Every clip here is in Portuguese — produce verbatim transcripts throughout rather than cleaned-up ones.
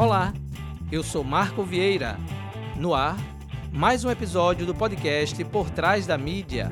Olá, eu sou Marco Vieira. No ar, mais um episódio do podcast Por Trás da Mídia.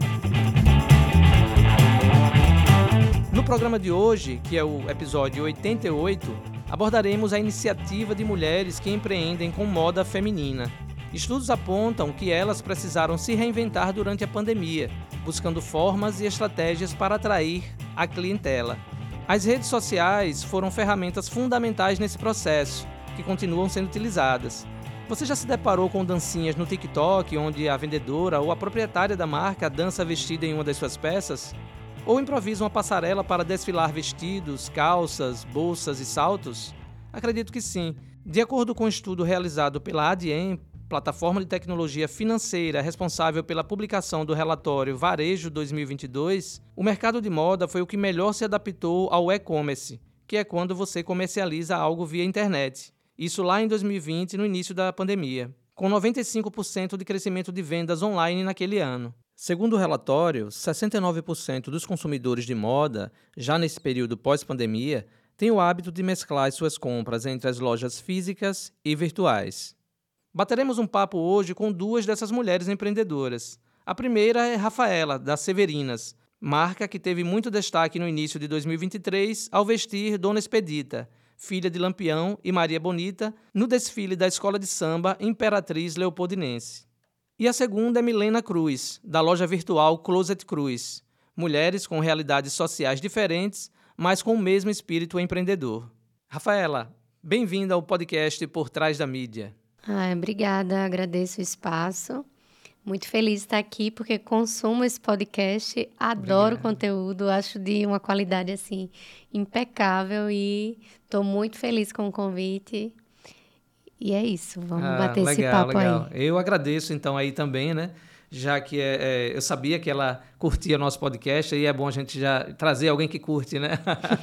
No programa de hoje, que é o episódio oitenta e oito, abordaremos a iniciativa de mulheres que empreendem com moda feminina. Estudos apontam que elas precisaram se reinventar durante a pandemia, buscando formas e estratégias para atrair a clientela. As redes sociais foram ferramentas fundamentais nesse processo, que continuam sendo utilizadas. Você já se deparou com dancinhas no TikTok, onde a vendedora ou a proprietária da marca dança vestida em uma das suas peças? Ou improvisa uma passarela para desfilar vestidos, calças, bolsas e saltos? Acredito que sim. De acordo com um estudo realizado pela Adyen, plataforma de tecnologia financeira responsável pela publicação do relatório Varejo dois mil e vinte e dois, o mercado de moda foi o que melhor se adaptou ao e-commerce, que é quando você comercializa algo via internet. Isso lá em dois mil e vinte, no início da pandemia, com noventa e cinco por cento de crescimento de vendas online naquele ano. Segundo o relatório, sessenta e nove por cento dos consumidores de moda, já nesse período pós-pandemia, têm o hábito de mesclar as suas compras entre as lojas físicas e virtuais. Bateremos um papo hoje com duas dessas mulheres empreendedoras. A primeira é Rafaela, da Severinas, marca que teve muito destaque no início de dois mil e vinte e três ao vestir Dona Expedita, filha de Lampião e Maria Bonita, no desfile da Escola de Samba Imperatriz Leopoldinense. E a segunda é Milena Cruz, da loja virtual Closet Cruz. Mulheres com realidades sociais diferentes, mas com o mesmo espírito empreendedor. Rafaela, bem-vinda ao podcast Por Trás da Mídia. Ah, obrigada, agradeço o espaço. Muito feliz de estar aqui, porque consumo esse podcast, adoro o conteúdo, acho de uma qualidade assim impecável e estou muito feliz com o convite. E é isso, vamos ah, bater legal, esse papo legal. aí. Eu agradeço então aí também, né? Já que é, é, eu sabia que ela curtia nosso podcast, aí é bom a gente já trazer alguém que curte, né?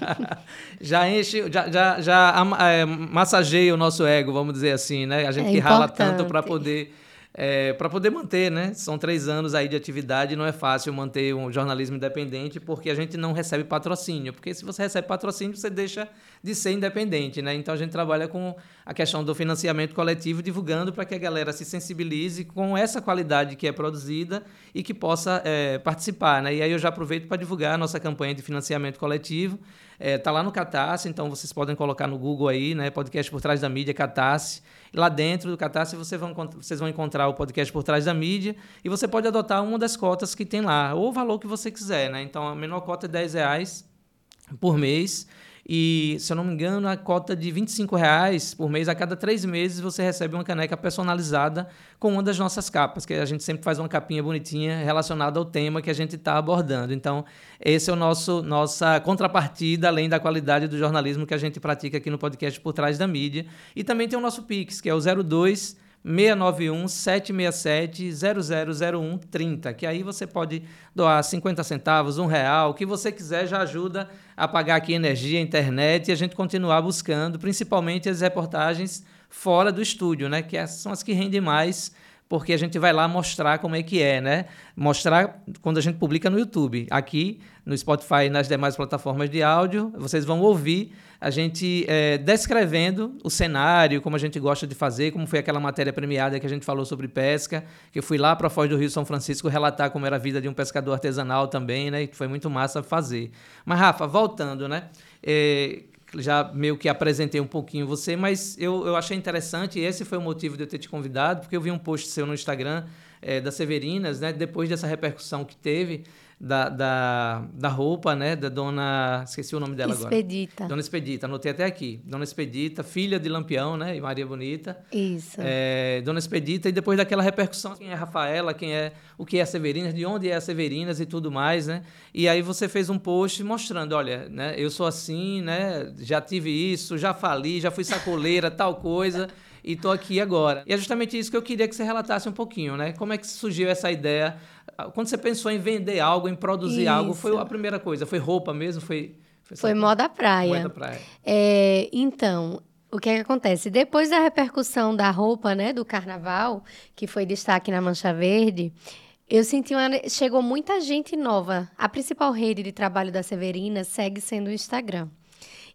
já enche, já, já, já é, massageia o nosso ego, vamos dizer assim, né? A gente é que rala tanto para poder... É, para poder manter, né? São três anos aí de atividade, não é fácil manter um jornalismo independente porque a gente não recebe patrocínio. Porque se você recebe patrocínio, você deixa de ser independente, né? Então a gente trabalha com a questão do financiamento coletivo, divulgando para que a galera se sensibilize com essa qualidade que é produzida e que possa é, participar, né? E aí eu já aproveito para divulgar a nossa campanha de financiamento coletivo. Está é, lá no Catarse, então vocês podem colocar no Google aí, né? Podcast Por Trás da Mídia, Catarse. Lá dentro do Catarse vocês vão, vocês vão encontrar o podcast Por Trás da Mídia e você pode adotar uma das cotas que tem lá, ou o valor que você quiser, né? Então a menor cota é dez reais por mês. E, se eu não me engano, a cota de vinte e cinco reais por mês, a cada três meses você recebe uma caneca personalizada com uma das nossas capas, que a gente sempre faz uma capinha bonitinha relacionada ao tema que a gente está abordando. Então, esse é o nosso nossa contrapartida, além da qualidade do jornalismo que a gente pratica aqui no podcast Por Trás da Mídia. E também tem o nosso Pix, que é o zero dois seis nove um sete seis sete zero zero zero um trinta, que aí você pode doar cinquenta centavos, um real, o que você quiser, já ajuda a pagar aqui energia, internet e a gente continuar buscando, principalmente as reportagens fora do estúdio, né? Que são as que rendem mais, porque a gente vai lá mostrar como é que é, né? Mostrar quando a gente publica no YouTube. Aqui, no Spotify e nas demais plataformas de áudio, vocês vão ouvir a gente é, descrevendo o cenário, como a gente gosta de fazer, como foi aquela matéria premiada que a gente falou sobre pesca, que eu fui lá para a Foz do Rio São Francisco relatar como era a vida de um pescador artesanal também, né? E que foi muito massa fazer. Mas, Rafa, voltando, né? É, já meio que apresentei um pouquinho você, mas eu, eu achei interessante, e esse foi o motivo de eu ter te convidado, porque eu vi um post seu no Instagram é, da Severinas, né, depois dessa repercussão que teve da, da, da roupa, né, da dona... Esqueci o nome dela Expedita. agora. Dona Expedita, anotei até aqui. Dona Expedita, filha de Lampião, né, e Maria Bonita. Isso. É, Dona Expedita, e depois daquela repercussão, quem é Rafaela, quem é, o que é a Severinas, de onde é a Severinas e tudo mais, né? E aí você fez um post mostrando, olha, né, eu sou assim, né, já tive isso, já fali, já fui sacoleira, tal coisa... E estou aqui agora. E é justamente isso que eu queria que você relatasse um pouquinho, né? Como é que surgiu essa ideia? Quando você pensou em vender algo, em produzir isso. algo, foi a primeira coisa? Foi roupa mesmo? Foi, foi, foi moda praia. Moda praia. É, então, o que é que acontece? Depois da repercussão da roupa, né, do carnaval, que foi destaque na Mancha Verde, eu senti uma... chegou muita gente nova. A principal rede de trabalho da Severina segue sendo o Instagram.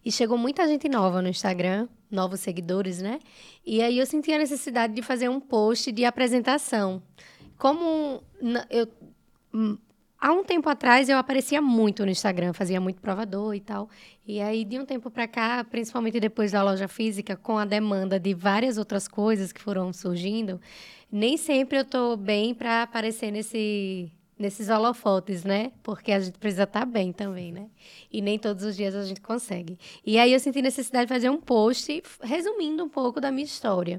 E chegou muita gente nova no Instagram, novos seguidores, né? E aí eu senti a necessidade de fazer um post de apresentação. Como eu... Há um tempo atrás, eu aparecia muito no Instagram, fazia muito provador e tal. E aí, de um tempo para cá, principalmente depois da loja física, com a demanda de várias outras coisas que foram surgindo, nem sempre eu estou bem para aparecer nesse, nesses holofotes, né? Porque a gente precisa estar bem também, né? E nem todos os dias a gente consegue. E aí, eu senti necessidade de fazer um post resumindo um pouco da minha história.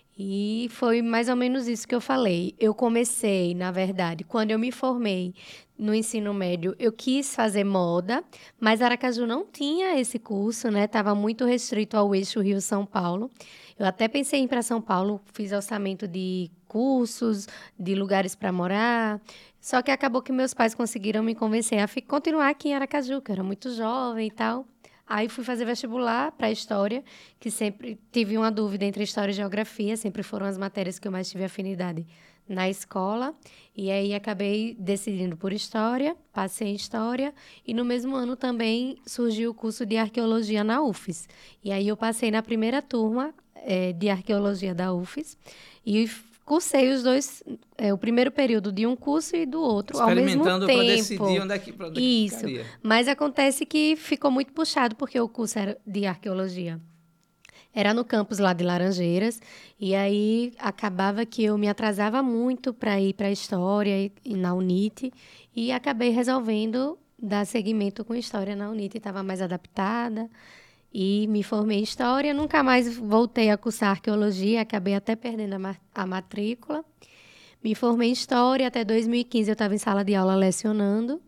E foi mais ou menos isso que eu falei. Eu comecei, na verdade, quando eu me formei no ensino médio, eu quis fazer moda, mas Aracaju não tinha esse curso, né? Estava muito restrito ao eixo Rio-São Paulo. Eu até pensei em ir para São Paulo, fiz orçamento de cursos, de lugares para morar. Só que acabou que meus pais conseguiram me convencer a fi- continuar aqui em Aracaju, que eu era muito jovem e tal. Aí fui fazer vestibular para História, que sempre tive uma dúvida entre História e Geografia, sempre foram as matérias que eu mais tive afinidade na escola. E aí acabei decidindo por História, passei em História, e no mesmo ano também surgiu o curso de Arqueologia na U F E S. E aí eu passei na primeira turma é, de Arqueologia da U F E S, e cursei os dois, é, o primeiro período de um curso e do outro ao mesmo tempo. Experimentando para decidir onde é que, onde é que Isso. ficaria. Mas acontece que ficou muito puxado, porque o curso era de arqueologia era no campus lá de Laranjeiras, e aí acabava que eu me atrasava muito para ir para a História e, e na Unite, e acabei resolvendo dar seguimento com História na Unite, estava mais adaptada. E me formei em História, nunca mais voltei a cursar Arqueologia, acabei até perdendo a, ma- a matrícula. Me formei em História, até dois mil e quinze eu estava em sala de aula lecionando.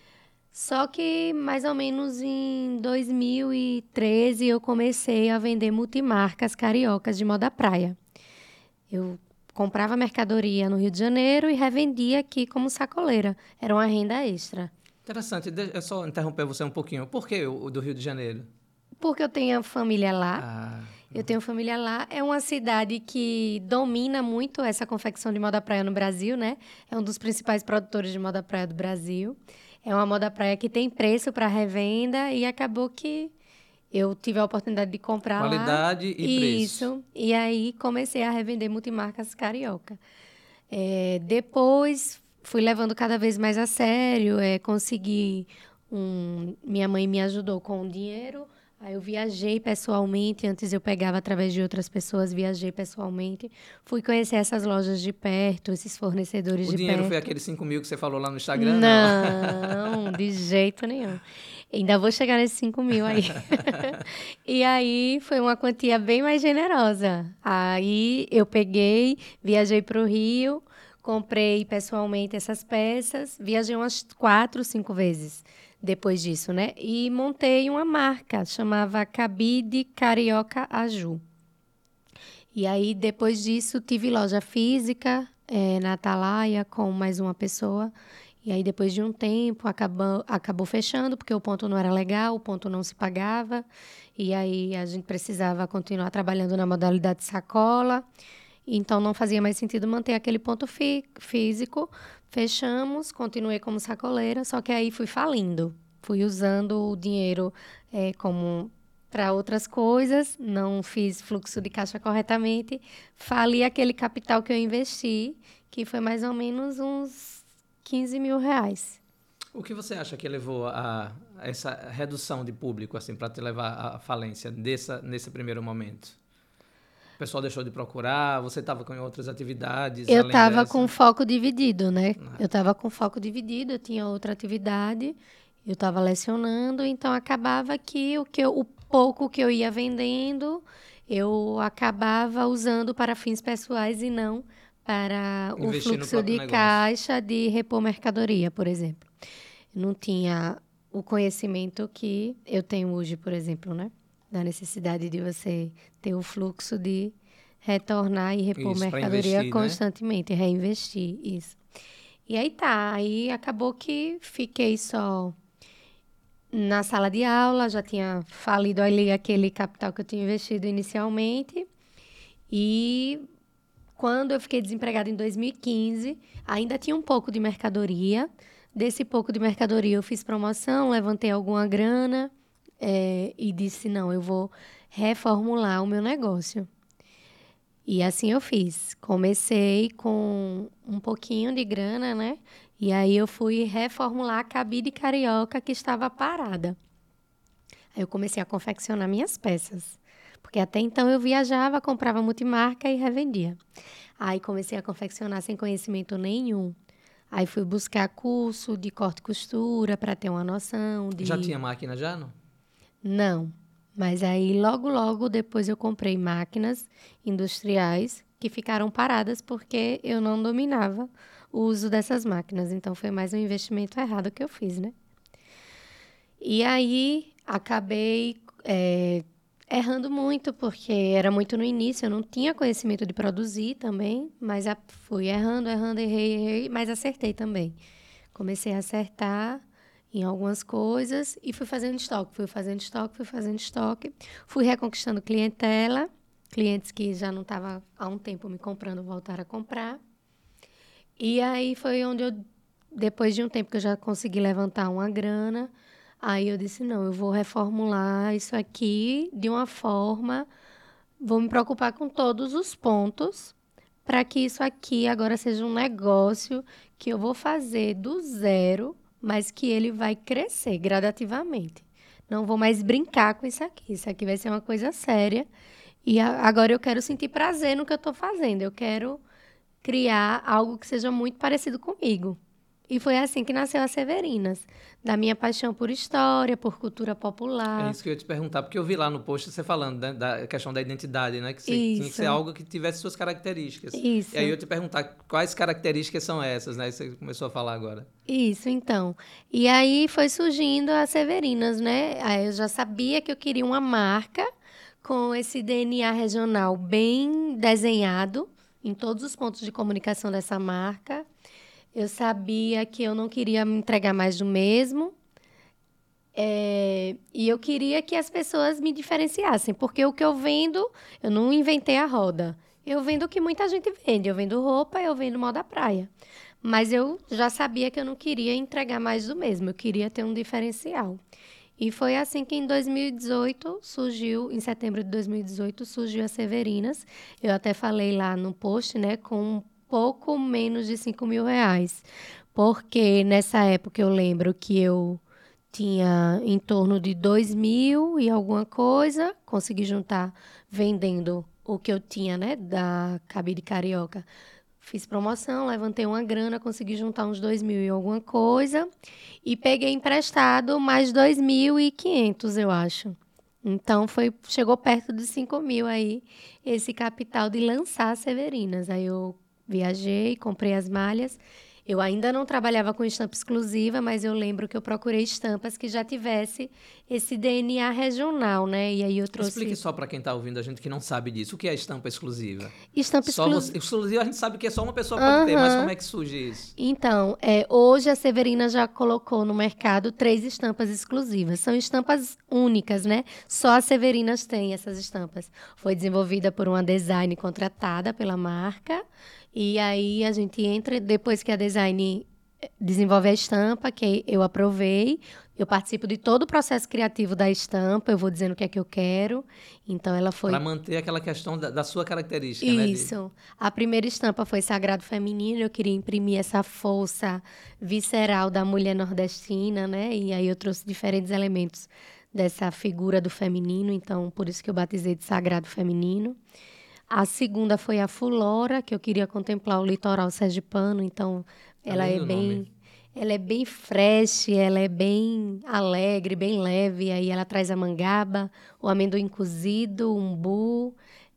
Só que, mais ou menos em dois mil e treze, eu comecei a vender multimarcas cariocas de moda praia. Eu comprava mercadoria no Rio de Janeiro e revendia aqui como sacoleira. Era uma renda extra. Interessante. Deixa eu só interromper você um pouquinho. Por que o o do Rio de Janeiro? Porque eu tenho família lá. Ah, Eu tenho família lá. É uma cidade que domina muito essa confecção de moda praia no Brasil, né? É um dos principais produtores de moda praia do Brasil. É uma moda praia que tem preço para revenda e acabou que eu tive a oportunidade de comprar lá. qualidade e preço. Isso. E aí comecei a revender multimarcas carioca. É, depois fui levando cada vez mais a sério, é, consegui um, minha mãe me ajudou com o dinheiro, aí eu viajei pessoalmente, antes eu pegava através de outras pessoas, viajei pessoalmente, fui conhecer essas lojas de perto, esses fornecedores O de dinheiro perto. foi aqueles cinco mil que você falou lá no Instagram? Não. Não, de jeito nenhum. Ainda vou chegar nesses cinco mil aí. E aí foi uma quantia bem mais generosa. Aí eu peguei, viajei para o Rio, comprei pessoalmente essas peças, viajei umas quatro, cinco vezes depois disso, né? E montei uma marca, chamava Cabide Carioca Aju. E aí, depois disso, tive loja física, eh, na Atalaia, com mais uma pessoa. E aí, depois de um tempo, acabou, acabou fechando, porque o ponto não era legal, o ponto não se pagava. E aí, a gente precisava continuar trabalhando na modalidade sacola. Então, não fazia mais sentido manter aquele ponto fí- físico. Fechamos, continuei como sacoleira, só que aí fui falindo. Fui usando o dinheiro eh, como para outras coisas, não fiz fluxo de caixa corretamente, fali aquele capital que eu investi, que foi mais ou menos uns quinze mil reais. O que você acha que levou a, a essa redução de público, assim, para te levar à falência dessa, nesse primeiro momento? O pessoal deixou de procurar? Você estava com outras atividades Eu além estava dessa? com foco dividido, né? Ah. Eu estava com foco dividido, eu tinha outra atividade, eu estava lecionando, então acabava que o, que eu, o pouco que eu ia vendendo, eu acabava usando para fins pessoais e não para o Investir no fluxo próprio de negócio. caixa de repor mercadoria, por exemplo. Não tinha o conhecimento que eu tenho hoje, por exemplo, né? Da necessidade de você ter o fluxo de retornar e repor Isso, pra mercadoria investir, né? constantemente, reinvestir, isso. E aí tá, aí acabou que fiquei só na sala de aula, já tinha falido ali aquele capital que eu tinha investido inicialmente. E quando eu fiquei desempregada em dois mil e quinze, ainda tinha um pouco de mercadoria. Desse pouco de mercadoria eu fiz promoção, levantei alguma grana, é, e disse, não, eu vou reformular o meu negócio. E assim eu fiz. Comecei com um pouquinho de grana, né? E aí eu fui reformular a cabide carioca que estava parada. Aí eu comecei a confeccionar minhas peças. Porque até então eu viajava, comprava multimarca e revendia. Aí comecei a confeccionar sem conhecimento nenhum. Aí fui buscar curso de corte e costura para ter uma noção Já de... tinha máquina já, não? Não, mas aí logo, logo depois eu comprei máquinas industriais que ficaram paradas porque eu não dominava o uso dessas máquinas. Então foi mais um investimento errado que eu fiz, né? E aí acabei é, errando muito porque era muito no início, eu não tinha conhecimento de produzir também, mas a- fui errando, errando, errei, errei, mas acertei também. Comecei a acertar em algumas coisas e fui fazendo estoque, fui fazendo estoque, fui fazendo estoque, fui reconquistando clientela, clientes que já não estavam há um tempo me comprando, voltaram a comprar. E aí foi onde eu, depois de um tempo que eu já consegui levantar uma grana, aí eu disse, não, eu vou reformular isso aqui de uma forma, vou me preocupar com todos os pontos para que isso aqui agora seja um negócio que eu vou fazer do zero, mas que ele vai crescer gradativamente. Não vou mais brincar com isso aqui. Isso aqui vai ser uma coisa séria. E a- agora eu quero sentir prazer no que eu estou fazendo. Eu quero criar algo que seja muito parecido comigo. E foi assim que nasceu as Severinas, da minha paixão por história, por cultura É popular. isso que eu ia te perguntar, porque eu vi lá no post você falando, né, da questão da identidade, né? Que você tinha que ser Isso, algo que tivesse suas características. E aí eu isso. ia te perguntar quais características são essas, né? Você começou a falar agora. Isso, então. E aí foi surgindo as Severinas, né? Aí eu já sabia que eu queria uma marca com esse D N A regional bem desenhado em todos os pontos de comunicação dessa marca. Eu sabia que eu não queria me entregar mais do mesmo. É, e eu queria que as pessoas me diferenciassem, porque o que eu vendo, eu não inventei a roda. Eu vendo o que muita gente vende. Eu vendo roupa, eu vendo moda praia. Mas eu já sabia que eu não queria entregar mais do mesmo, eu queria ter um diferencial. E foi assim que em dois mil e dezoito surgiu, em setembro de dois mil e dezoito, surgiu a Severinas. Eu até falei lá no post, né, com um pouco menos de cinco mil reais. Porque nessa época eu lembro que eu tinha em torno de dois mil e alguma coisa, consegui juntar vendendo o que eu tinha, né, da cabide carioca. Fiz promoção, levantei uma grana, consegui juntar uns dois mil e alguma coisa e peguei emprestado mais dois mil e quinhentos, eu acho. Então foi, chegou perto de cinco mil aí esse capital de lançar as Severinas. Aí eu viajei, comprei as malhas. Eu ainda não trabalhava com estampa exclusiva, mas eu lembro que eu procurei estampas que já tivesse esse D N A regional, né? E aí eu Explique trouxe só para quem está ouvindo a gente que não sabe disso. O que é estampa exclusiva? estampa Só você, exclusiva. exclusiva a gente sabe que só uma pessoa pode ter, mas como Aham. é que surge isso? Então, é, hoje a Severina já colocou no mercado três estampas exclusivas. São estampas únicas, né? Só as Severinas têm essas estampas. Foi desenvolvida por uma design contratada pela marca. E aí a gente entra, depois que a design eh, desenvolve a estampa, que eu aprovei. Eu participo de todo o processo criativo da estampa, eu vou dizendo o que é que eu quero. Então, ela Para foi manter aquela questão da, da sua característica, né? De... isso. A primeira estampa foi Sagrado Feminino. Eu queria imprimir essa força visceral da mulher nordestina, né? E aí eu trouxe diferentes elementos dessa figura do feminino. Então, por isso que eu batizei de Sagrado Feminino. A segunda foi a Fulora, que eu queria contemplar o litoral sergipano. Então, Tá ela é lindo o nome. bem, ela é bem fresh, ela é bem alegre, bem leve. Aí ela traz a mangaba, o amendoim cozido, o umbu,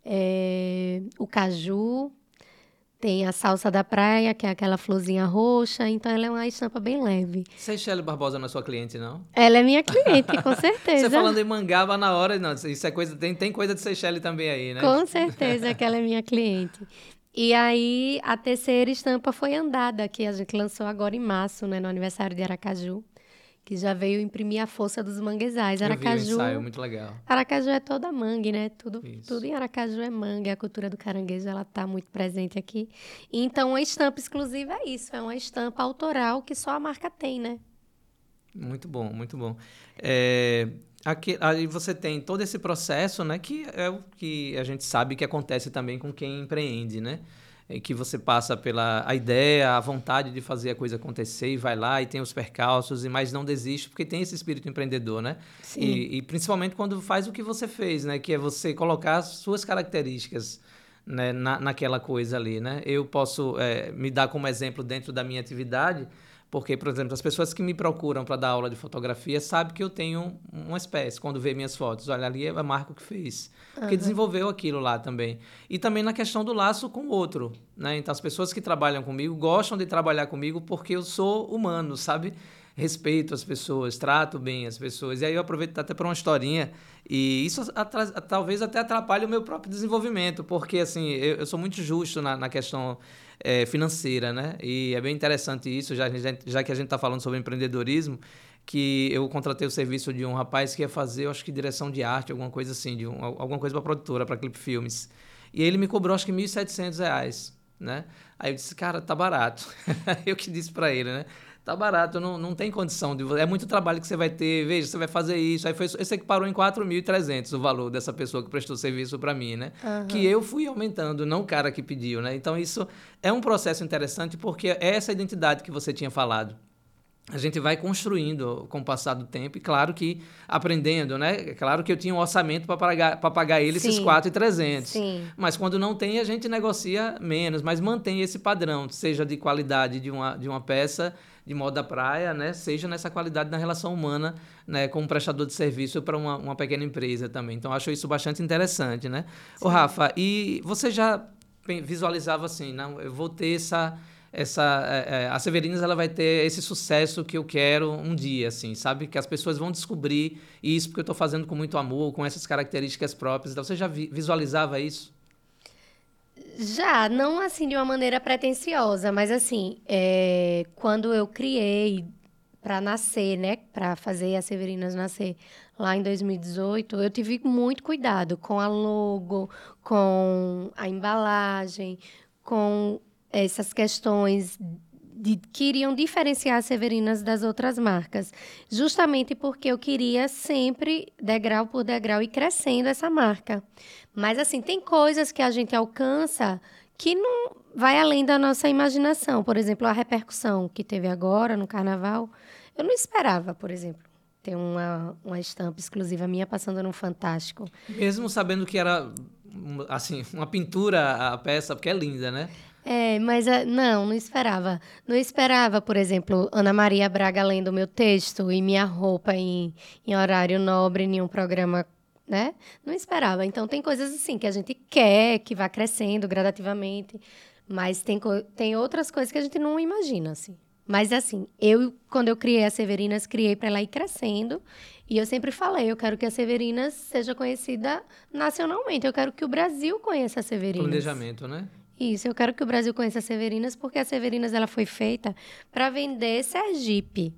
eh, o caju. Tem a salsa da praia, que é aquela florzinha roxa. Então, ela é uma estampa bem leve. Seychelle Barbosa não é sua cliente, não? Ela é minha cliente, com Você certeza. falando em mangaba na hora, não, isso é coisa, tem, tem coisa de Seychelle também aí, né? Com certeza que ela é minha cliente. E aí, a terceira estampa foi Andada, que a gente lançou agora em março, né, no aniversário de Aracaju, que já veio imprimir a força dos manguezais. Eu vi o ensaio, Aracaju, muito legal. Aracaju é toda mangue, né? Tudo, tudo Isso. em Aracaju é mangue. A cultura do caranguejo, ela tá muito presente aqui. Então, uma estampa exclusiva é isso, é uma estampa autoral que só a marca tem, né? Muito bom, muito bom. É, Aqui, aí você tem todo esse processo, né, que é o que a gente sabe que acontece também com quem empreende, né? É que você passa pela a ideia, a vontade de fazer a coisa acontecer e vai lá e tem os percalços, e mas não desiste porque tem esse espírito empreendedor, né? Sim. E, e principalmente quando faz o que você fez, né? Que é você colocar as suas características, né, na, naquela coisa ali, né? Eu posso é, me dar como exemplo dentro da minha atividade. Porque, por exemplo, as pessoas que me procuram para dar aula de fotografia sabem que eu tenho uma espécie quando vê minhas fotos. Olha, ali é a Marco que fez. Porque Aham. desenvolveu aquilo lá também. E também na questão do laço com o outro, né? Então, as pessoas que trabalham comigo gostam de trabalhar comigo porque eu sou humano, sabe? Respeito as pessoas, trato bem as pessoas. E aí eu aproveito até para uma historinha. E isso atra- talvez até atrapalhe o meu próprio desenvolvimento, porque, assim, eu, eu sou muito justo na, na questão é, financeira, né? E é bem interessante isso, já, já, já que a gente está falando sobre empreendedorismo, que eu contratei o serviço de um rapaz que ia fazer, eu acho que direção de arte, alguma coisa assim, de um, alguma coisa para produtora, para Clip Filmes. E ele me cobrou, acho que mil e setecentos reais, né? Aí eu disse, cara, tá barato. Eu que disse para ele, né? Tá barato, não, não tem condição. De, é muito trabalho que você vai ter, veja, você vai fazer isso. Aí foi, esse aqui parou em quatro mil e trezentos o valor dessa pessoa que prestou serviço para mim, né? Que Aham. eu fui aumentando, não o cara que pediu, né? Então isso é um processo interessante porque é essa identidade que você tinha falado. A gente vai construindo com o passar do tempo e claro que aprendendo, né? Claro que eu tinha um orçamento para pagar, para pagar ele esses Sim. quatro mil e trezentos. Sim. Mas quando não tem, a gente negocia menos, mas mantém esse padrão, seja de qualidade de uma, de uma peça de moda da praia, né? Seja nessa qualidade na relação humana, né? Com um prestador de serviço para uma, uma pequena empresa também. Então, acho isso bastante interessante, né? Ô, Sim. Rafa, e você já visualizava assim, não, eu vou ter essa essa é, é, a Severinas ela vai ter esse sucesso que eu quero um dia, assim, sabe? Que as pessoas vão descobrir isso porque eu estou fazendo com muito amor, com essas características próprias. Então, você já vi, visualizava isso? Já, não assim de uma maneira pretensiosa, mas assim, é, quando eu criei para nascer, né, para fazer a Severinas nascer lá em dois mil e dezoito, eu tive muito cuidado com a logo, com a embalagem, com essas questões de, que iriam diferenciar as Severinas das outras marcas, justamente porque eu queria sempre, degrau por degrau, ir crescendo essa marca. Mas, assim, tem coisas que a gente alcança que não vai além da nossa imaginação. Por exemplo, a repercussão que teve agora no Carnaval, eu não esperava, por exemplo, ter uma, uma estampa exclusiva minha passando no Fantástico. Mesmo sabendo que era, assim, uma pintura a peça, porque é linda, né? É, mas ah, não, não esperava. Não esperava, por exemplo, Ana Maria Braga lendo o meu texto e minha roupa em, em horário nobre em um programa, né? Não esperava. Então, tem coisas assim que a gente quer que vá crescendo gradativamente, mas tem, co- tem outras coisas que a gente não imagina, assim. Mas, assim, eu, quando eu criei a Severinas, criei para ela ir crescendo. E eu sempre falei, eu quero que a Severinas seja conhecida nacionalmente. Eu quero que o Brasil conheça a Severinas. Planejamento, né? Isso, eu quero que o Brasil conheça a Severinas, porque a Severinas ela foi feita para vender Sergipe.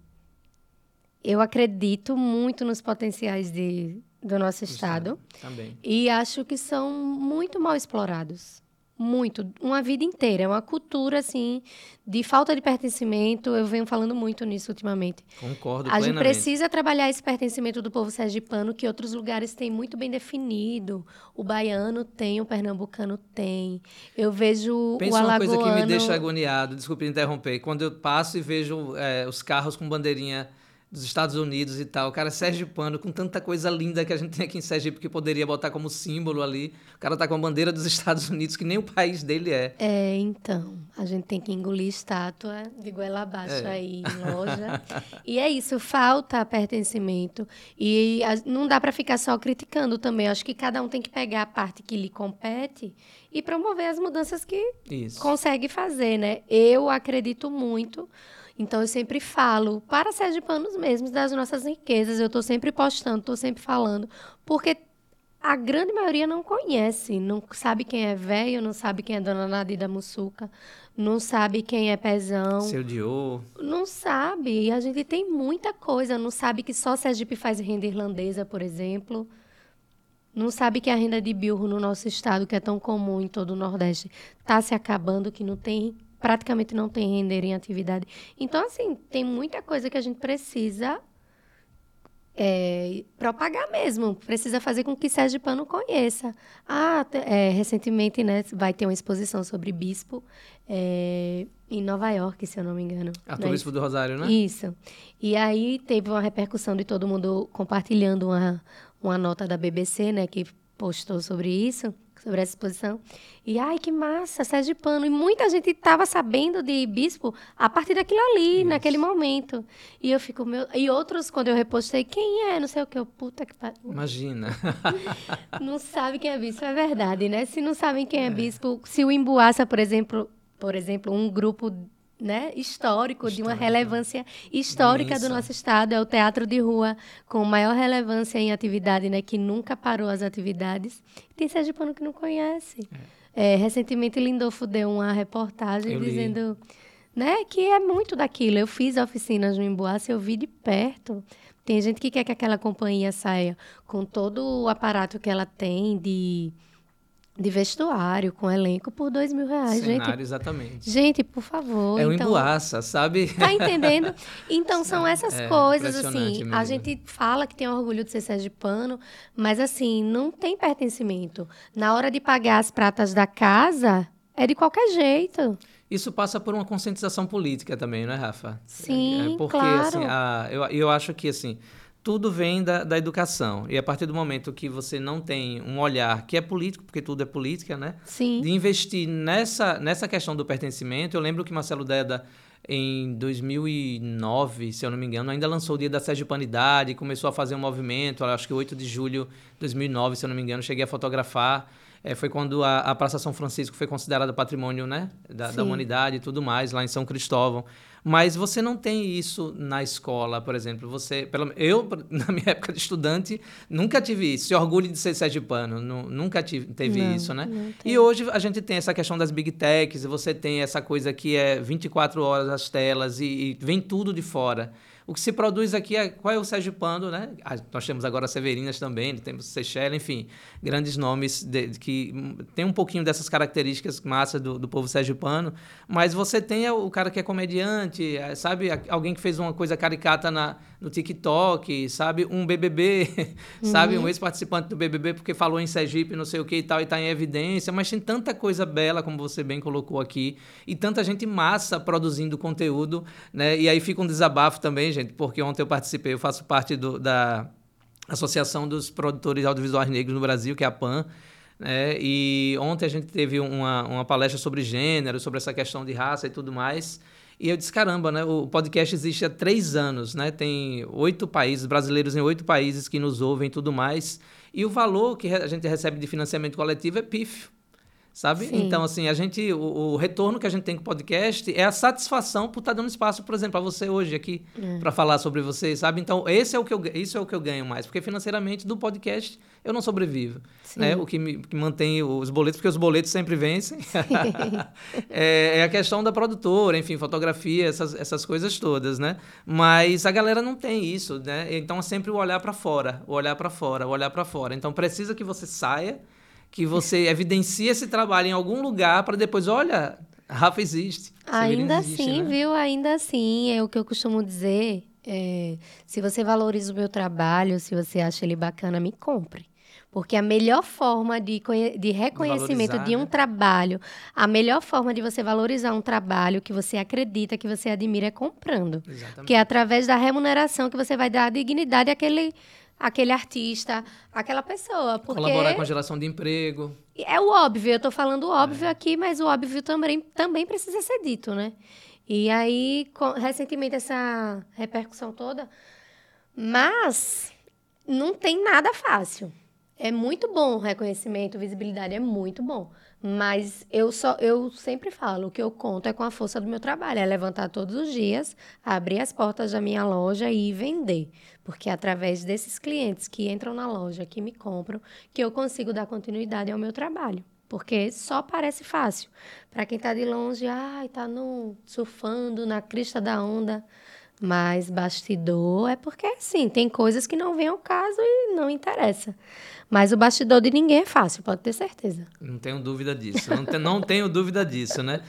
Eu acredito muito nos potenciais de, do nosso Estado estado também. e acho que são muito mal explorados. Muito, uma vida inteira. É uma cultura, assim, de falta de pertencimento. Eu venho falando muito nisso ultimamente. Concordo A gente plenamente. precisa trabalhar esse pertencimento do povo sergipano, que outros lugares têm muito bem definido. O baiano tem, o pernambucano tem. Eu vejo o Pensa uma coisa que me deixa alagoano. agoniado, desculpe interromper. Quando eu passo e vejo é, os carros com bandeirinha dos Estados Unidos e tal, o cara é sergipano, com tanta coisa linda que a gente tem aqui em Sergipe que poderia botar como símbolo ali. O cara tá com a bandeira dos Estados Unidos, que nem o país dele é. É, então, a gente tem que engolir estátua de goela abaixo É. aí em loja. E é isso, falta pertencimento. E a- não dá para ficar só criticando também. Acho que cada um tem que pegar a parte que lhe compete e promover as mudanças que Isso. consegue fazer, né? Eu acredito muito. Então, eu sempre falo para sergipanos mesmos das nossas riquezas. Eu estou sempre postando, estou sempre falando. Porque a grande maioria não conhece, não sabe quem é velho, não sabe quem é Dona Nadir da Mussuca, não sabe quem é Pezão, Seu Dior. não sabe. E a gente tem muita coisa, não sabe que só Sergipe faz renda irlandesa, por exemplo. Não sabe que a renda de bilro no nosso estado, que é tão comum em todo o Nordeste, está se acabando, que não tem, praticamente não tem render em atividade. Então, assim, tem muita coisa que a gente precisa É, propagar mesmo, precisa fazer com que sergipano conheça. Ah, é, recentemente, né, vai ter uma exposição sobre bispo é, em Nova York, se eu não me engano. Arcebispo do Rosário, né? Isso. E aí teve uma repercussão de todo mundo compartilhando uma, uma nota da B B C, né, que postou sobre isso, sobre essa exposição. E, ai, que massa, sergipano. E muita gente estava sabendo de bispo a partir daquilo ali, isso. naquele momento. E eu fico, meu... E outros, quando eu repostei, quem é? Não sei o que, eu, puta que pariu. Imagina. Não sabe quem é bispo, é verdade, né? Se não sabem quem é, é bispo, se o Emboaça, por exemplo, por exemplo, um grupo... Né, histórico, histórico, de uma relevância histórica Imensa. do nosso estado. É o teatro de rua com maior relevância em atividade, né, que nunca parou as atividades. Tem sergipano que não conhece. É. É, recentemente, Lindolfo deu uma reportagem Eu dizendo né, que é muito daquilo. Eu fiz oficinas no Emboaça e eu vi de perto. Tem gente que quer que aquela companhia saia com todo o aparato que ela tem de... de vestuário, com elenco, por dois mil reais. Cenário, gente, exatamente. Gente, por favor. É um então, Emboaça, sabe? Tá entendendo? Então, são essas é, coisas, assim. mesmo. A gente fala que tem orgulho de ser sergipano, mas, assim, não tem pertencimento. Na hora de pagar as pratas da casa, é de qualquer jeito. Isso passa por uma conscientização política também, não é, Rafa? Sim, é, porque, claro. Assim, a, eu, eu acho que, assim... Tudo vem da, da educação. E a partir do momento que você não tem um olhar que é político, porque tudo é política, né? Sim. De investir nessa, nessa questão do pertencimento. Eu lembro que Marcelo Deda, em dois mil e nove, se eu não me engano, ainda lançou o Dia da Sergipanidade, começou a fazer um movimento, acho que oito de julho de dois mil e nove, se eu não me engano, cheguei a fotografar. É, foi quando a, a Praça São Francisco foi considerada patrimônio, né, da, da humanidade e tudo mais, lá em São Cristóvão. Mas você não tem isso na escola, por exemplo. Você, pelo, eu, na minha época de estudante, nunca tive isso. Se orgulho de ser sergipano, nu, nunca tive, teve não, isso, né? Não e hoje a gente tem essa questão das big techs, você tem essa coisa que é vinte e quatro horas as telas e, e vem tudo de fora. O que se produz aqui é... Qual é o sergipano, né? Ah, nós temos agora Severinas também, temos Seychelles, enfim, grandes nomes de, de, que tem um pouquinho dessas características massas do, do povo sergipano, mas você tem o cara que é comediante, sabe? Alguém que fez uma coisa caricata na, no TikTok, sabe? Um B B B, uhum. sabe? Um ex-participante do B B B porque falou em Sergipe, não sei o que e tal, e está em evidência, mas tem tanta coisa bela, como você bem colocou aqui, e tanta gente massa produzindo conteúdo, né? E aí fica um desabafo também, gente, porque ontem eu participei, eu faço parte do, da Associação dos Produtores Audiovisuais Negros no Brasil, que é a PAN, né? E ontem a gente teve uma, uma palestra sobre gênero, sobre essa questão de raça e tudo mais, e eu disse, caramba, né? O podcast existe há três anos, né? Tem oito países, brasileiros em oito países que nos ouvem e tudo mais, e o valor que a gente recebe de financiamento coletivo é pífio. Sabe? Sim. Então, assim, a gente, o, o retorno que a gente tem com o podcast é a satisfação por estar dando espaço, por exemplo, a você hoje aqui, é. para falar sobre você, sabe? Então, esse é o que eu, isso é o que eu ganho mais, porque financeiramente do podcast eu não sobrevivo, né? O que me que mantém os boletos, porque os boletos sempre vencem, é, é a questão da produtora, enfim, fotografia, essas, essas coisas todas, né? Mas a galera não tem isso, né? Então, é sempre o olhar para fora, o olhar para fora, o olhar para fora. Então, precisa que você saia, que você evidencie esse trabalho em algum lugar para depois, olha, a Rafa existe. Ainda existe, assim, né? viu? Ainda assim, é o que eu costumo dizer. É, se você valoriza o meu trabalho, se você acha ele bacana, me compre. Porque a melhor forma de, de reconhecimento de, de um né? trabalho, a melhor forma de você valorizar um trabalho que você acredita, que você admira, é comprando. Exatamente. Porque é através da remuneração que você vai dar dignidade àquele... aquele artista, aquela pessoa. Porque colaborar com a geração de emprego. É o óbvio, eu tô falando o óbvio é. aqui, mas o óbvio também, também precisa ser dito, né? E aí, com, recentemente, essa repercussão toda, mas não tem nada fácil. É muito bom o reconhecimento, visibilidade, é muito bom. Mas eu, só, eu sempre falo, o que eu conto é com a força do meu trabalho. É levantar todos os dias, abrir as portas da minha loja e vender. Porque é através desses clientes que entram na loja, que me compram, que eu consigo dar continuidade ao meu trabalho. Porque só parece fácil. Para quem está de longe, ai, está no, surfando na crista da onda. Mas bastidor é porque, sim, tem coisas que não vêm ao caso e não interessa. Mas o bastidor de ninguém é fácil, pode ter certeza. Não tenho dúvida disso, não, te, não tenho dúvida disso, né?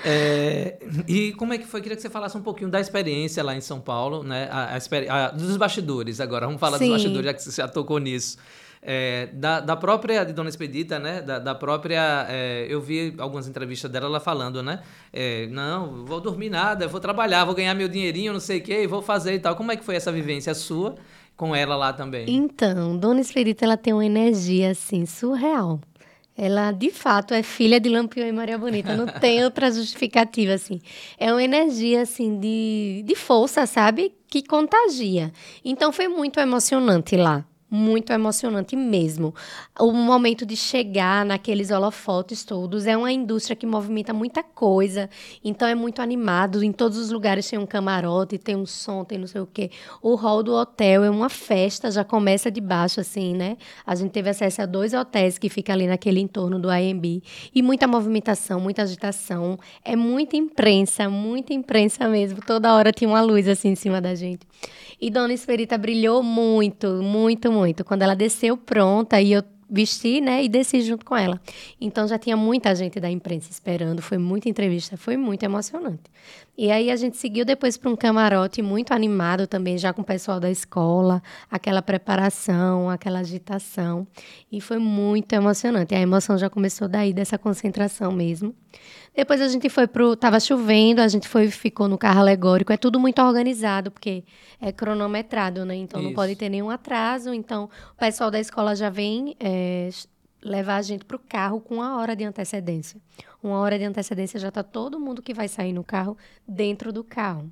É, e como é que foi? Queria que você falasse um pouquinho da experiência lá em São Paulo, né? A, a, a, dos bastidores agora, vamos falar Sim. dos bastidores, já que você já tocou nisso. É, da, da própria de Dona Expedita, né? Da, da própria. É, eu vi algumas entrevistas dela, ela falando, né? É, não, vou dormir nada, vou trabalhar, vou ganhar meu dinheirinho, não sei o quê, e vou fazer e tal. Como é que foi essa vivência sua com ela lá também? Então, Dona Expedita, ela tem uma energia assim surreal. Ela, de fato, é filha de Lampião e Maria Bonita. Não tem outra justificativa, assim. É uma energia, assim, de, de força, sabe? Que contagia. Então, foi muito emocionante lá. Muito emocionante mesmo. O momento de chegar naqueles holofotes todos. É uma indústria que movimenta muita coisa. Então, é muito animado. Em todos os lugares tem um camarote, tem um som, tem não sei o quê. O hall do hotel é uma festa, já começa de baixo, assim, né? A gente teve acesso a dois hotéis que ficam ali naquele entorno do I M B. E muita movimentação, muita agitação. É muita imprensa, muita imprensa mesmo. Toda hora tinha uma luz, assim, em cima da gente. E Dona Expedita brilhou muito, muito, muito. Quando ela desceu pronta, e eu vesti, né, e desci junto com ela. Então, já tinha muita gente da imprensa esperando, foi muita entrevista, foi muito emocionante. E aí, a gente seguiu depois para um camarote muito animado também, já com o pessoal da escola, aquela preparação, aquela agitação. E foi muito emocionante. A emoção já começou daí, dessa concentração mesmo. Depois a gente foi pro... Tava chovendo, a gente foi, ficou no carro alegórico. É tudo muito organizado, porque é cronometrado, né? Então, Isso. não pode ter nenhum atraso. Então, o pessoal da escola já vem é, levar a gente pro carro com uma hora de antecedência. Uma hora de antecedência já tá todo mundo que vai sair no carro dentro do carro.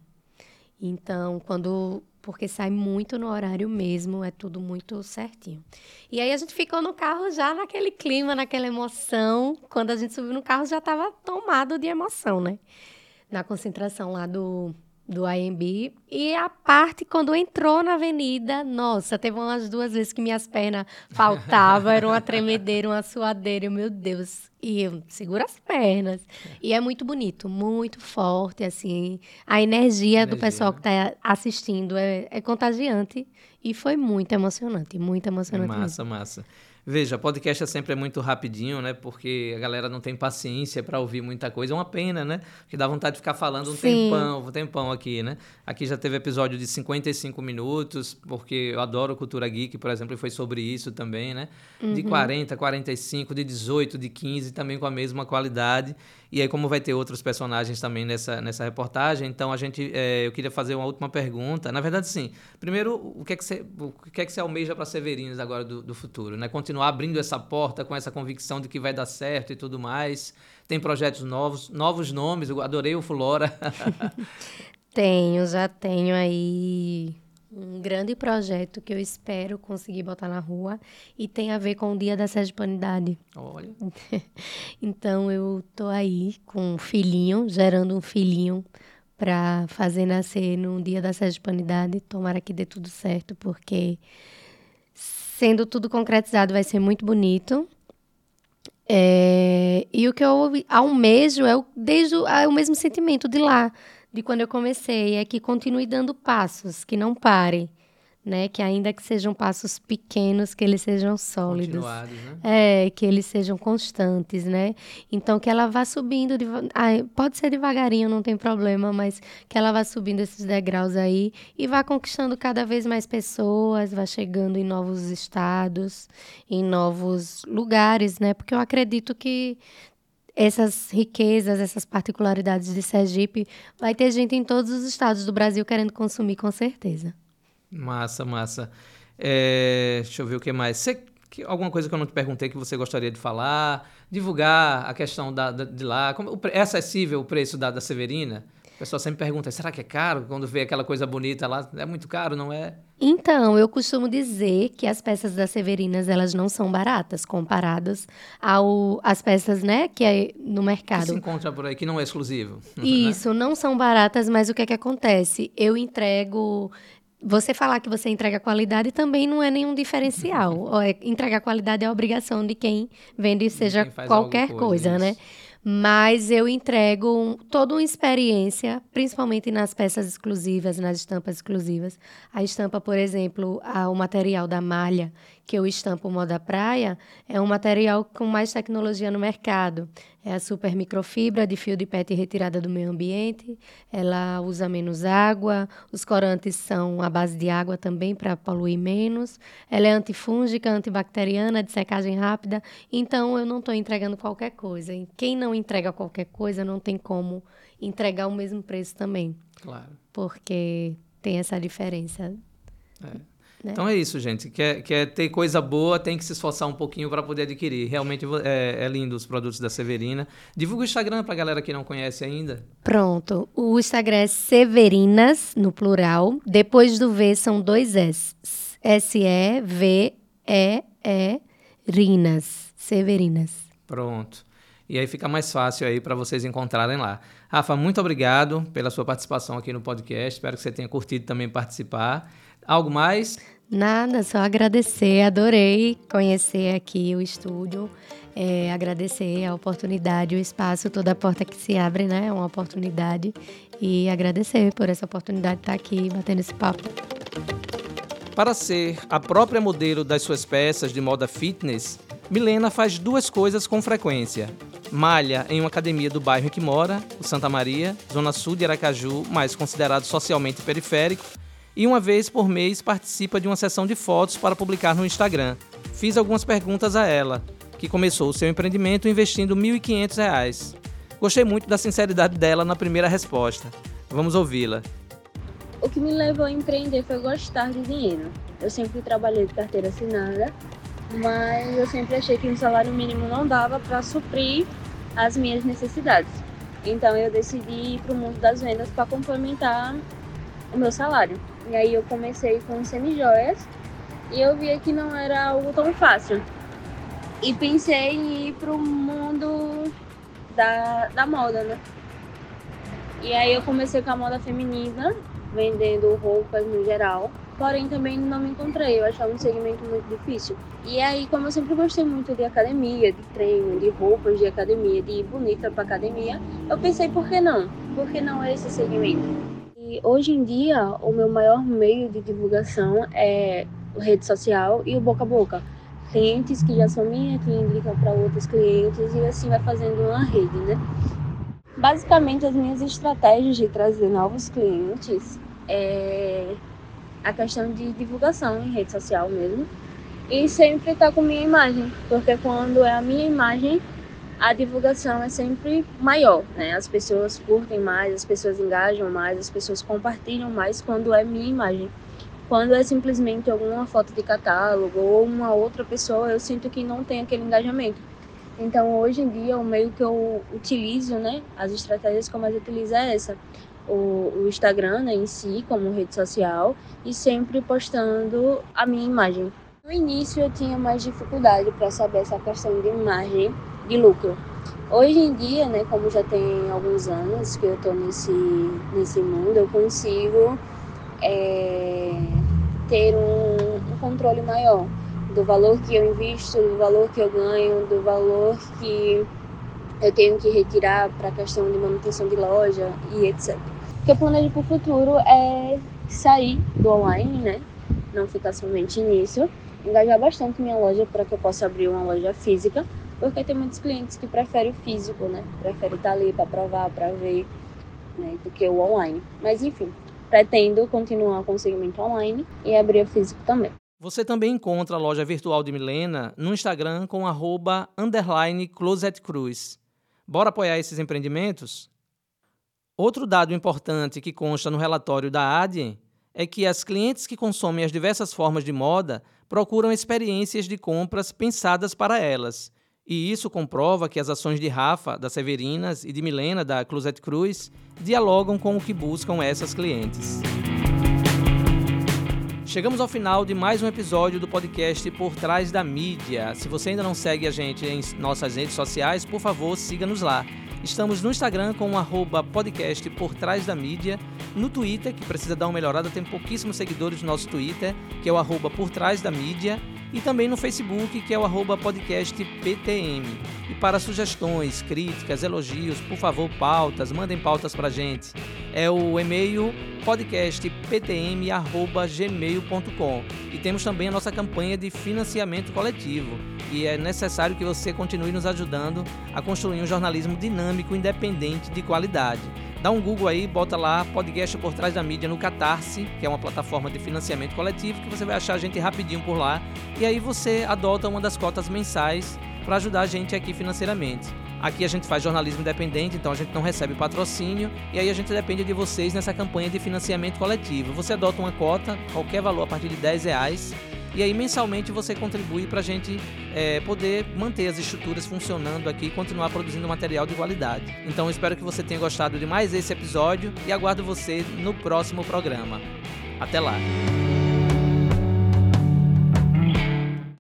Então, quando... Porque sai muito no horário mesmo, é tudo muito certinho. E aí a gente ficou no carro já naquele clima, naquela emoção. Quando a gente subiu no carro já estava tomado de emoção, né? Na concentração lá do, do I M B. E a parte, quando entrou na avenida, nossa, teve umas duas vezes que minhas pernas faltavam, era uma tremedeira, uma suadeira, meu Deus. E eu seguro as pernas. E é muito bonito, muito forte, assim. A energia, energia. do pessoal que está assistindo é, é contagiante. E foi muito emocionante, muito emocionante Massa, mesmo. massa. Veja, podcast é sempre muito rapidinho, né? Porque a galera não tem paciência para ouvir muita coisa. É uma pena, né? Porque dá vontade de ficar falando um Sim. tempão, um tempão aqui, né? Aqui já teve episódio de cinquenta e cinco minutos, porque eu adoro Cultura Geek, por exemplo, e foi sobre isso também, né? Uhum. De quarenta, quarenta e cinco, de dezoito, de quinze, também com a mesma qualidade. E aí, como vai ter outros personagens também nessa, nessa reportagem, então a gente, é, eu queria fazer uma última pergunta. Na verdade, sim. Primeiro, o que é que você, o que é que você almeja para Severinos agora do, do futuro, né? Continuar abrindo essa porta com essa convicção de que vai dar certo e tudo mais. Tem projetos novos, novos nomes. Eu adorei o Fulora. Tenho, já tenho aí um grande projeto que eu espero conseguir botar na rua e tem a ver com o Dia da Sergipanidade. Olha. Então, eu tô aí com um filhinho, gerando um filhinho para fazer nascer no Dia da Sergipanidade. Tomara que dê tudo certo, porque sendo tudo concretizado vai ser muito bonito. É, e o que eu almejo é o, desde o, é o mesmo sentimento de lá, de quando eu comecei, é que continue dando passos, que não pare, né? Que ainda que sejam passos pequenos, que eles sejam sólidos. Continuados, né? É, que eles sejam constantes, né? Então, que ela vá subindo, deva- ah, pode ser devagarinho, não tem problema, mas que ela vá subindo esses degraus aí e vá conquistando cada vez mais pessoas, vá chegando em novos estados, em novos lugares, né? Porque eu acredito que essas riquezas, essas particularidades de Sergipe, vai ter gente em todos os estados do Brasil querendo consumir, com certeza. Massa, massa. É, deixa eu ver o que mais. Você, que, alguma coisa que eu não te perguntei que você gostaria de falar? Divulgar a questão da, da- de lá. Como, o pre- é acessível o preço da, da Severina? O pessoal sempre pergunta, será que é caro? Quando vê aquela coisa bonita lá, é muito caro, não é? Então, eu costumo dizer que as peças das Severinas, elas não são baratas comparadas ao, às peças, né, que é no Que se mercado. encontra por aí, que não é exclusivo, né? Isso, não são baratas, mas o que é que acontece? Eu entrego. Você falar que você entrega qualidade também não é nenhum diferencial. Ó, é- Entregar qualidade é a obrigação de quem vende, De seja quem faz qualquer alguma coisa, coisa, né? isso. Mas eu entrego um- toda uma experiência, principalmente nas peças exclusivas, nas estampas exclusivas. A estampa, por exemplo, a- o material da malha, que eu estampo moda praia, é um material com mais tecnologia no mercado. É a super microfibra de fio de pet retirada do meio ambiente, ela usa menos água, os corantes são à base de água também para poluir menos, ela é antifúngica, antibacteriana, de secagem rápida, então eu não estou entregando qualquer coisa. E quem não entrega qualquer coisa não tem como entregar o mesmo preço também. Claro. Porque tem essa diferença. É. Né? Então é isso, gente. Quer, quer ter coisa boa, tem que se esforçar um pouquinho para poder adquirir. Realmente é, é lindo os produtos da Severina. Divulga o Instagram para a galera que não conhece ainda. Pronto. O Instagram é Severinas, no plural. Depois do V são dois S. S E V E E Rinas. Severinas. Pronto. E aí fica mais fácil aí para vocês encontrarem lá. Rafa, muito obrigado pela sua participação aqui no podcast. Espero que você tenha curtido também participar. Algo mais? Nada, só agradecer. Adorei conhecer aqui o estúdio. É, agradecer a oportunidade, o espaço, toda a porta que se abre, né? É uma oportunidade. E agradecer por essa oportunidade de estar aqui batendo esse papo. Para ser a própria modelo das suas peças de moda fitness, Milena faz duas coisas com frequência. Malha em uma academia do bairro em que mora, o Santa Maria, zona sul de Aracaju, mais considerado socialmente periférico, e uma vez por mês participa de uma sessão de fotos para publicar no Instagram. Fiz algumas perguntas a ela, que começou o seu empreendimento investindo mil e quinhentos reais. Gostei muito da sinceridade dela na primeira resposta. Vamos ouvi-la. O que me levou a empreender foi gostar de dinheiro. Eu sempre trabalhei de carteira assinada, mas eu sempre achei que um salário mínimo não dava para suprir as minhas necessidades. Então eu decidi ir para o mundo das vendas para complementar o meu salário. E aí eu comecei com semijoias e eu via que não era algo tão fácil. E pensei em ir para o mundo da, da moda, né? E aí eu comecei com a moda feminina, vendendo roupas no geral. Porém, também não me encontrei, eu achava um segmento muito difícil. E aí, como eu sempre gostei muito de academia, de treino, de roupas de academia, de ir bonita para academia, eu pensei, por que não? Por que não esse segmento? E hoje em dia, o meu maior meio de divulgação é a rede social e o boca a boca. Clientes que já são minha, que indicam para outros clientes, e assim vai fazendo uma rede, né? Basicamente, as minhas estratégias de trazer novos clientes é a questão de divulgação em rede social mesmo. E sempre estar com minha imagem, porque quando é a minha imagem, a divulgação é sempre maior, né? As pessoas curtem mais, as pessoas engajam mais, as pessoas compartilham mais quando é minha imagem. Quando é simplesmente alguma foto de catálogo ou uma outra pessoa, eu sinto que não tem aquele engajamento. Então, hoje em dia, o meio que eu utilizo, né? As estratégias que eu mais utilizo é essa. O, o Instagram, né, em si, como rede social, e sempre postando a minha imagem. No início, eu tinha mais dificuldade para saber essa questão de imagem, de lucro. Hoje em dia, né, como já tem alguns anos que eu estou nesse, nesse mundo, eu consigo é, ter um, um controle maior do valor que eu invisto, do valor que eu ganho, do valor que eu tenho que retirar para a questão de manutenção de loja e etcétera. O que eu planejo para o futuro é sair do online, né? Não ficar somente nisso. Engajar bastante minha loja para que eu possa abrir uma loja física, porque tem muitos clientes que preferem o físico, né? Preferem estar ali para provar, para ver, né? Do que o online. Mas enfim, pretendo continuar com o segmento online e abrir o físico também. Você também encontra a loja virtual de Milena no Instagram com arroba underline Closet Cruz. Bora apoiar esses empreendimentos? Outro dado importante que consta no relatório da Adyen é que as clientes que consomem as diversas formas de moda procuram experiências de compras pensadas para elas. E isso comprova que as ações de Rafa, da Severinas, e de Milena, da Closet Cruz, dialogam com o que buscam essas clientes. Chegamos ao final de mais um episódio do podcast Por Trás da Mídia. Se você ainda não segue a gente em nossas redes sociais, por favor, siga-nos lá. Estamos no Instagram com o arroba podcast Por Trás da Mídia, no Twitter, que precisa dar uma melhorada, tem pouquíssimos seguidores no nosso Twitter, que é o arroba Por Trás da Mídia, e também no Facebook, que é o arroba podcast P T M. E para sugestões, críticas, elogios, por favor, pautas, mandem pautas pra gente. é o e-mail podcast p t m arroba gmail ponto com. E temos também a nossa campanha de financiamento coletivo. E é necessário que você continue nos ajudando a construir um jornalismo dinâmico, independente, de qualidade. Dá um Google aí, bota lá Podcast Por Trás da Mídia no Catarse, que é uma plataforma de financiamento coletivo, que você vai achar a gente rapidinho por lá. E aí você adota uma das cotas mensais para ajudar a gente aqui financeiramente. Aqui a gente faz jornalismo independente, então a gente não recebe patrocínio, e aí a gente depende de vocês nessa campanha de financiamento coletivo. Você adota uma cota, qualquer valor a partir de dez reais, e aí mensalmente você contribui para a gente é, poder manter as estruturas funcionando aqui e continuar produzindo material de qualidade. Então eu espero que você tenha gostado de mais esse episódio e aguardo você no próximo programa. Até lá!